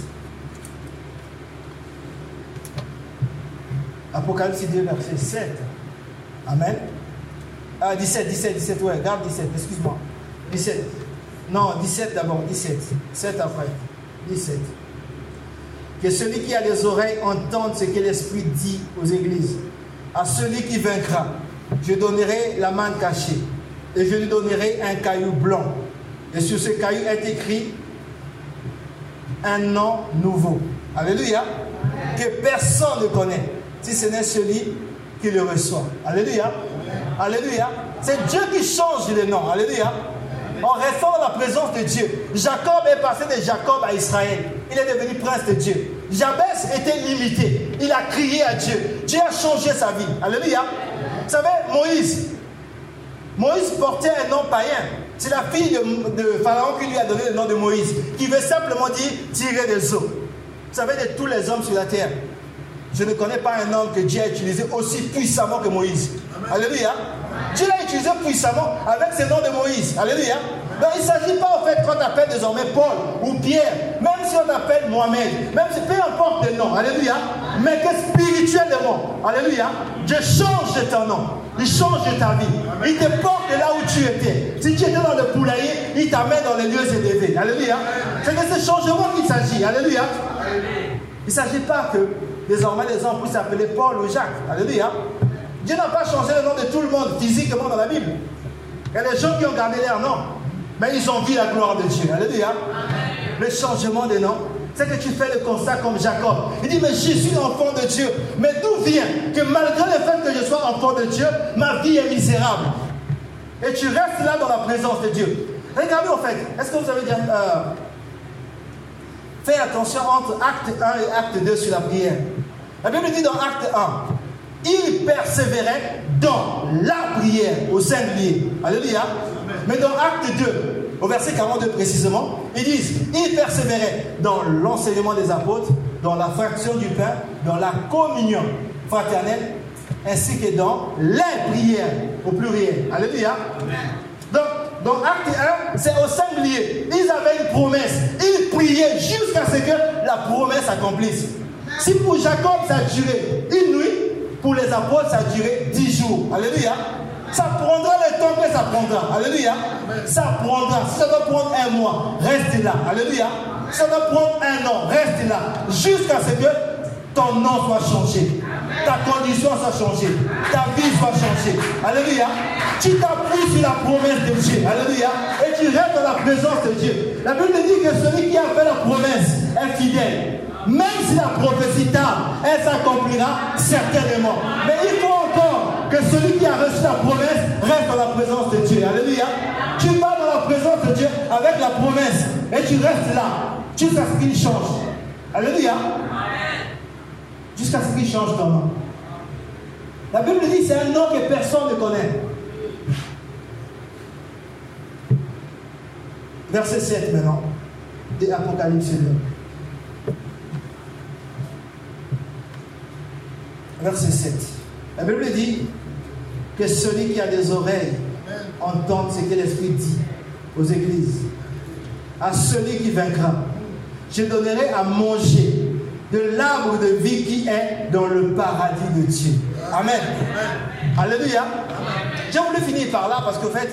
Apocalypse deux, verset sept. Amen. Ah, dix-sept, dix-sept, dix-sept, ouais, garde dix-sept, excuse-moi. dix-sept. Non, dix-sept d'abord, dix-sept. sept après. dix-sept. Que celui qui a les oreilles entende ce que l'Esprit dit aux églises. À celui qui vaincra, je donnerai la main cachée et je lui donnerai un caillou blanc. Et sur ce caillou est écrit un nom nouveau. Alléluia. Que personne ne connaît, si ce n'est celui qui le reçoit. Alléluia. Alléluia. C'est Dieu qui change le nom. Alléluia. En restant dans la présence de Dieu. Jacob est passé de Jacob à Israël. Il est devenu prince de Dieu. Jabès était limité. Il a crié à Dieu. Dieu a changé sa vie. Alléluia. Vous savez, Moïse. Moïse portait un nom païen. C'est la fille de, de Pharaon qui lui a donné le nom de Moïse. Qui veut simplement dire tirer des eaux. Vous savez, de tous les hommes sur la terre, je ne connais pas un homme que Dieu a utilisé aussi puissamment que Moïse. Alléluia. Dieu l'a utilisé puissamment avec ce nom de Moïse. Alléluia. Donc il ne s'agit pas au fait qu'on appelle désormais Paul ou Pierre, même si on appelle Mohamed, même si peu importe le nom. Alléluia. Mais que spirituellement, alléluia, Dieu change de ton nom. Il change de ta vie. Il te porte là où tu étais. Si tu étais dans le poulailler, il t'amène dans les lieux élevés. Alléluia. C'est de ce changement qu'il s'agit. Alléluia. Il ne s'agit pas que désormais les gens puissent s'appeler Paul ou Jacques. Alléluia. Dieu n'a pas changé le nom de tout le monde physiquement dans la Bible. Il y a des gens qui ont gardé leur nom, mais ils ont vu la gloire de Dieu. Alléluia. Le changement de nom, c'est que tu fais le constat comme Jacob. Il dit, mais je suis enfant de Dieu. Mais d'où vient que malgré le fait que je sois enfant de Dieu, ma vie est misérable. Et tu restes là dans la présence de Dieu. Regardez en fait, est-ce que vous avez déjà... Euh, fait attention entre acte un et acte deux sur la prière. La Bible dit dans acte un, il persévérait dans la prière au singulier. Alléluia. Mais dans acte deux, au verset quarante-deux précisément, ils disent, il persévérait dans l'enseignement des apôtres, dans la fraction du pain, dans la communion fraternelle, ainsi que dans les prières au pluriel. Alléluia. Donc, dans acte un, c'est au singulier. Ils avaient une promesse. Ils priaient jusqu'à ce que la promesse s'accomplisse. Si pour Jacob, ça a duré une nuit, pour les apôtres, ça a duré dix jours. Alléluia. Ça prendra le temps que ça prendra. Alléluia. Ça prendra. Si ça doit prendre un mois, reste là. Alléluia. Si ça doit prendre un an, reste là. Jusqu'à ce que ton nom soit changé. Ta condition soit changée. Ta vie soit changée. Alléluia. Tu t'appuies sur la promesse de Dieu. Alléluia. Et tu restes dans la présence de Dieu. La Bible dit que celui qui a fait la promesse est fidèle. Même si la prophétie tarde, elle s'accomplira certainement. Mais il faut encore que celui qui a reçu la promesse reste dans la présence de Dieu. Alléluia. Tu vas dans la présence de Dieu avec la promesse. Et tu restes là. Jusqu'à ce qu'il change. Alléluia. Jusqu'à ce qu'il change ton nom. La Bible dit que c'est un nom que personne ne connaît. Verset sept maintenant, de Apocalypse neuf. Verset sept. La Bible dit que celui qui a des oreilles entende ce que l'Esprit dit aux églises. À celui qui vaincra, je donnerai à manger de l'arbre de vie qui est dans le paradis de Dieu. Amen. Alléluia. J'ai voulu finir par là parce qu'en fait,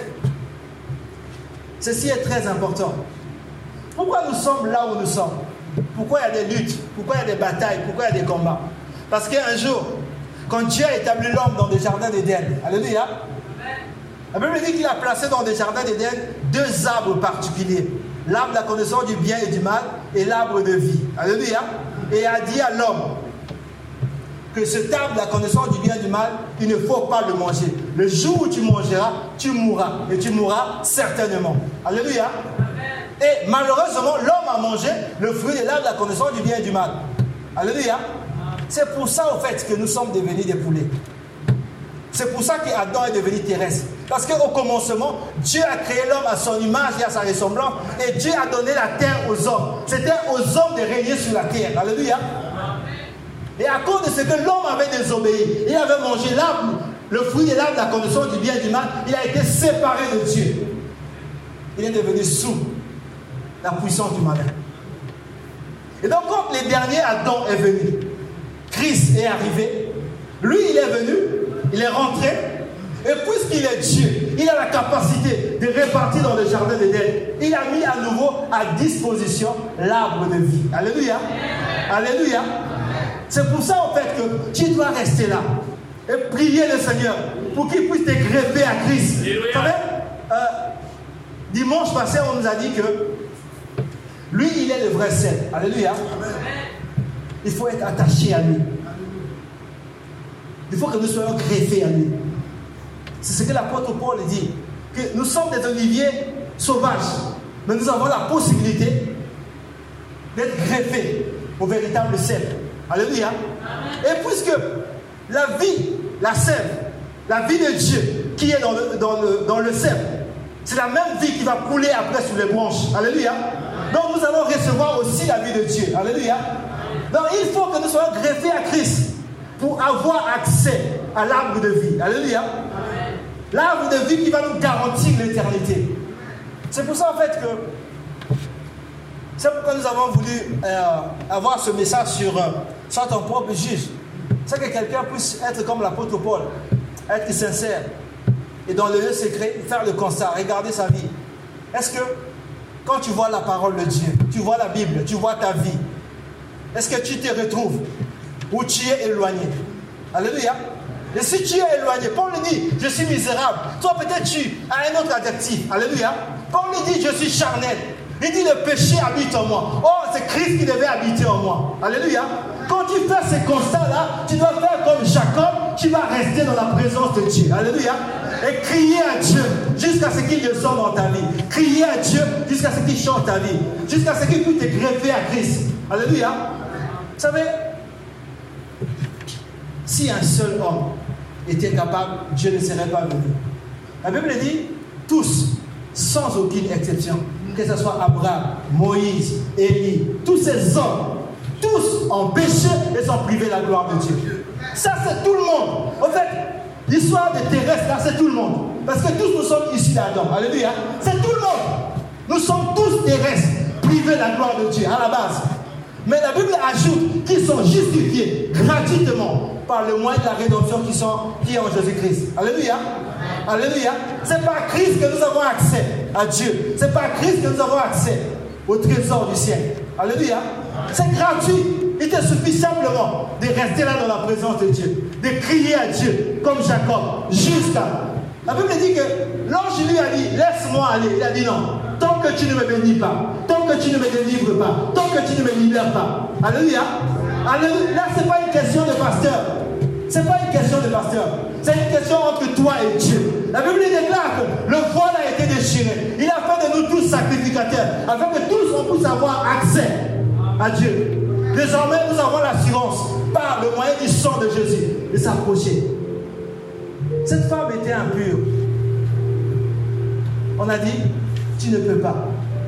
ceci est très important. Pourquoi nous sommes là où nous sommes? Pourquoi il y a des luttes? Pourquoi il y a des batailles? Pourquoi il y a des combats? Parce qu'un jour, quand Dieu a établi l'homme dans des jardins d'Éden, alléluia, la Bible dit qu'il a placé dans des jardins d'Éden deux arbres particuliers. L'arbre de la connaissance du bien et du mal et l'arbre de vie. Alléluia. Et a dit à l'homme que cet arbre de la connaissance du bien et du mal, il ne faut pas le manger. Le jour où tu mangeras, tu mourras. Et tu mourras certainement. Alléluia. Et malheureusement, l'homme a mangé le fruit de l'arbre de la connaissance du bien et du mal. Alléluia. C'est pour ça, au fait, que nous sommes devenus des poulets. C'est pour ça qu'Adam est devenu terrestre. Parce qu'au commencement, Dieu a créé l'homme à son image et à sa ressemblance. Et Dieu a donné la terre aux hommes. C'était aux hommes de régner sur la terre. Alléluia. Et à cause de ce que l'homme avait désobéi, il avait mangé l'arbre, le fruit de l'arbre de la connaissance du bien et du mal, il a été séparé de Dieu. Il est devenu sous la puissance du malin. Et donc, quand le dernier Adam est venu, Christ est arrivé, lui, il est venu, il est rentré, et puisqu'il est Dieu, il a la capacité de répartir dans le jardin d'Éden. Il a mis à nouveau à disposition l'arbre de vie. Alléluia. Alléluia. C'est pour ça, en fait, que tu dois rester là et prier le Seigneur pour qu'il puisse te greffer à Christ. Vous savez, euh, dimanche passé, on nous a dit que lui, il est le vrai sel. Alléluia. Il faut être attaché à lui. Il faut que nous soyons greffés à lui. C'est ce que l'apôtre Paul dit. Que nous sommes des oliviers sauvages, mais nous avons la possibilité d'être greffés au véritable sel. Alléluia. Amen. Et puisque la vie, la sève, la vie de Dieu qui est dans le, dans le, dans le sel, c'est la même vie qui va couler après sur les branches. Alléluia. Amen. Donc nous allons recevoir aussi la vie de Dieu. Alléluia. Amen. Donc il faut que nous soyons greffés à Christ pour avoir accès à l'arbre de vie. Alléluia. Amen. L'arbre de vie qui va nous garantir l'éternité. C'est pour ça en fait que c'est pourquoi nous avons voulu euh, avoir ce message sur euh, sois ton propre juge. C'est que quelqu'un puisse être comme l'apôtre Paul, être sincère et dans le lieu secret faire le constat, regarder sa vie. Est-ce que quand tu vois la parole de Dieu, tu vois la Bible, tu vois ta vie, est-ce que tu te retrouves ou tu es éloigné? Alléluia. Et si tu es éloigné, Paul lui dit, je suis misérable. Toi peut-être tu as un autre adjectif. Alléluia. Paul lui dit, je suis charnel. Il dit, le péché habite en moi. Oh, c'est Christ qui devait habiter en moi. Alléluia. Quand tu fais ces constats-là, tu dois faire comme Jacob, tu vas rester dans la présence de Dieu. Alléluia. Et crier à Dieu jusqu'à ce qu'il descende dans ta vie. Crier à Dieu jusqu'à ce qu'il change ta vie. Jusqu'à ce qu'il puisse te greffer à Christ. Alléluia. Vous savez, si un seul homme était capable, Dieu ne serait pas venu. La Bible dit, tous, sans aucune exception, que ce soit Abraham, Moïse, Élie, tous ces hommes, tous ont péché et sont privés de la gloire de Dieu. Ça, c'est tout le monde. En fait, l'histoire des terrestres, là, c'est tout le monde. Parce que tous nous sommes issus d'Adam. Alléluia. C'est tout le monde. Nous sommes tous terrestres, privés de la gloire de Dieu, à la base. Mais la Bible ajoute qu'ils sont justifiés gratuitement par le moyen de la rédemption qui, sont, qui est en Jésus-Christ. Alléluia. Alléluia. C'est par Christ que nous avons accès à Dieu. C'est par Christ que nous avons accès au trésor du ciel. Alléluia. C'est gratuit. Il te suffit simplement de rester là dans la présence de Dieu, de crier à Dieu comme Jacob jusqu'à... La Bible dit que l'ange lui a dit, laisse-moi aller. Il a dit non. Tant que tu ne me bénis pas, tant que tu ne me délivres pas, tant que tu ne me libères pas. Alléluia. Alléluia. Là, ce n'est pas une question de pasteur. Ce n'est pas une question de pasteur. C'est une question entre toi et Dieu. La Bible déclare que le voile a été déchiré. Il a fait de nous tous sacrificateurs, afin que tous on puisse avoir accès à Dieu. Désormais, nous avons l'assurance, par le moyen du sang de Jésus, de s'approcher. Cette femme était impure. On a dit, tu ne peux pas.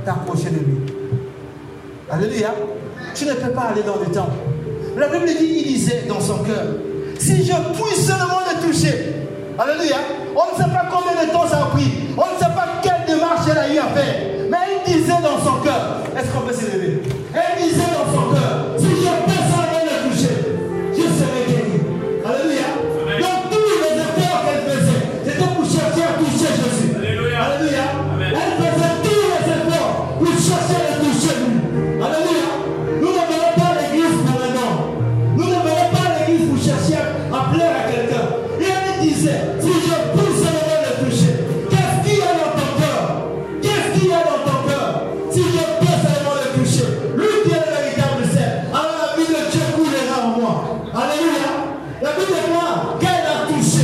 t'approcher de lui. Alléluia. Tu ne peux pas aller dans le temple. La Bible dit, il disait dans son cœur, si je puis seulement le toucher. Alléluia. On ne sait pas combien de temps ça a pris. On ne sait pas quelle démarche elle a eu à faire. Mais il disait dans son cœur, est-ce qu'on peut s'élever? Elle disait dans son cœur, si je peux seulement le toucher, je serai guéri. Alléluia. Amen. Donc tous les efforts qu'elle faisait, c'était pour chercher à toucher Jésus. Alléluia. Alléluia. Amen. Elle faisait tous les efforts pour chercher à toucher lui. Alléluia. Nous ne venons pas à l'église pour un nom. Nous ne venons pas à l'église pour chercher à plaire à quelqu'un. Et elle disait, si je peux seulement le toucher, qu'est-ce qu'il y a dans ton cœur? Qu'est-ce qu'il y a dans ton cœur? Si je peux seulement le toucher, lui qui est le véritable Seigneur, alors la vie de Dieu coulera en moi. Alléluia. La Bible de moi, qu'elle a touché.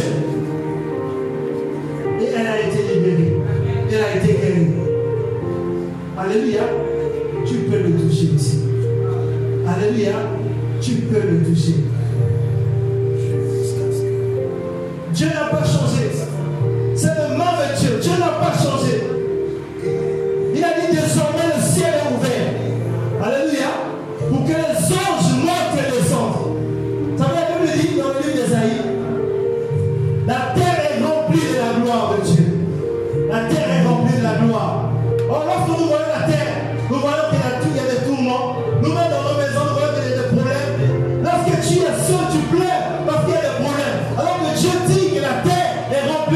Et elle a été libérée. Elle a été guérie. Alléluia. Tu peux le toucher aussi. Alléluia. Tu peux le toucher. Dieu n'a pas changé. C'est le même Dieu. Dieu n'a pas changé. Il a dit désormais le ciel est ouvert. Alléluia. Pour que les anges montent et descendent. Vous savez, la Bible dit dans le livre d'Ésaïe, la terre est remplie de la gloire de Dieu. La terre est remplie de la gloire. Or, lorsque nous voyons la terre, nous voyons qu'il y a tout, il y a des tourments. Nous-mêmes dans nos maisons, nous voyons qu'il y a des problèmes. Lorsque tu es seul, tu pleures parce qu'il y a des problèmes. Alors que Dieu dit que la terre est remplie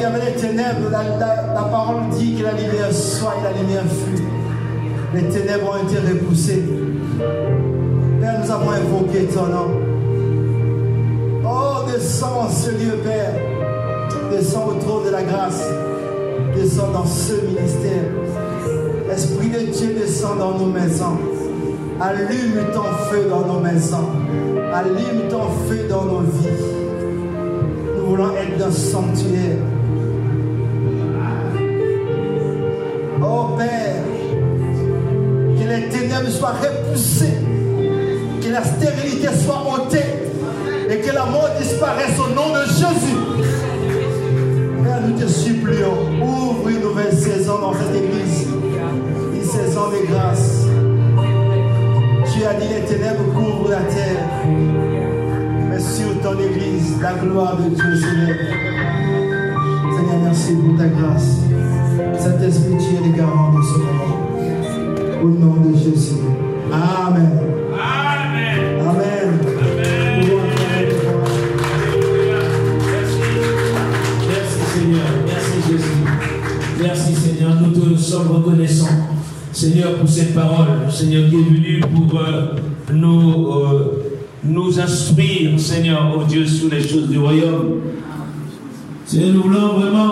qu'il y avait les ténèbres, la, la, la parole dit que la lumière soit et la lumière fut. Les ténèbres ont été repoussées. Père, nous avons invoqué ton nom. Oh, descends en ce lieu, Père. Descends au trône de la grâce. Descends dans ce ministère. Esprit de Dieu, descends dans nos maisons. Allume ton feu dans nos maisons. Allume ton feu dans nos vies. Nous voulons être dans le sanctuaire. Oh Père, que les ténèbres soient repoussées, que la stérilité soit ôtée et que la mort disparaisse au nom de Jésus. Père, nous te supplions, ouvre une nouvelle saison dans cette église, une saison de grâce. Tu as dit les ténèbres couvrent la terre, mais sur ton église, la gloire de Dieu s'élève. Seigneur, merci pour ta grâce. Saint-Esprit, tu es le garant de ce moment. Au nom de Jésus. Amen. Amen. Amen. Amen. Merci Seigneur. Merci Jésus. Merci Seigneur. Nous te sommes reconnaissants, Seigneur, pour cette parole. Seigneur, qui est venue pour euh, nous, euh, nous instruire, Seigneur, oh Dieu, sur les choses du royaume. Seigneur, nous voulons vraiment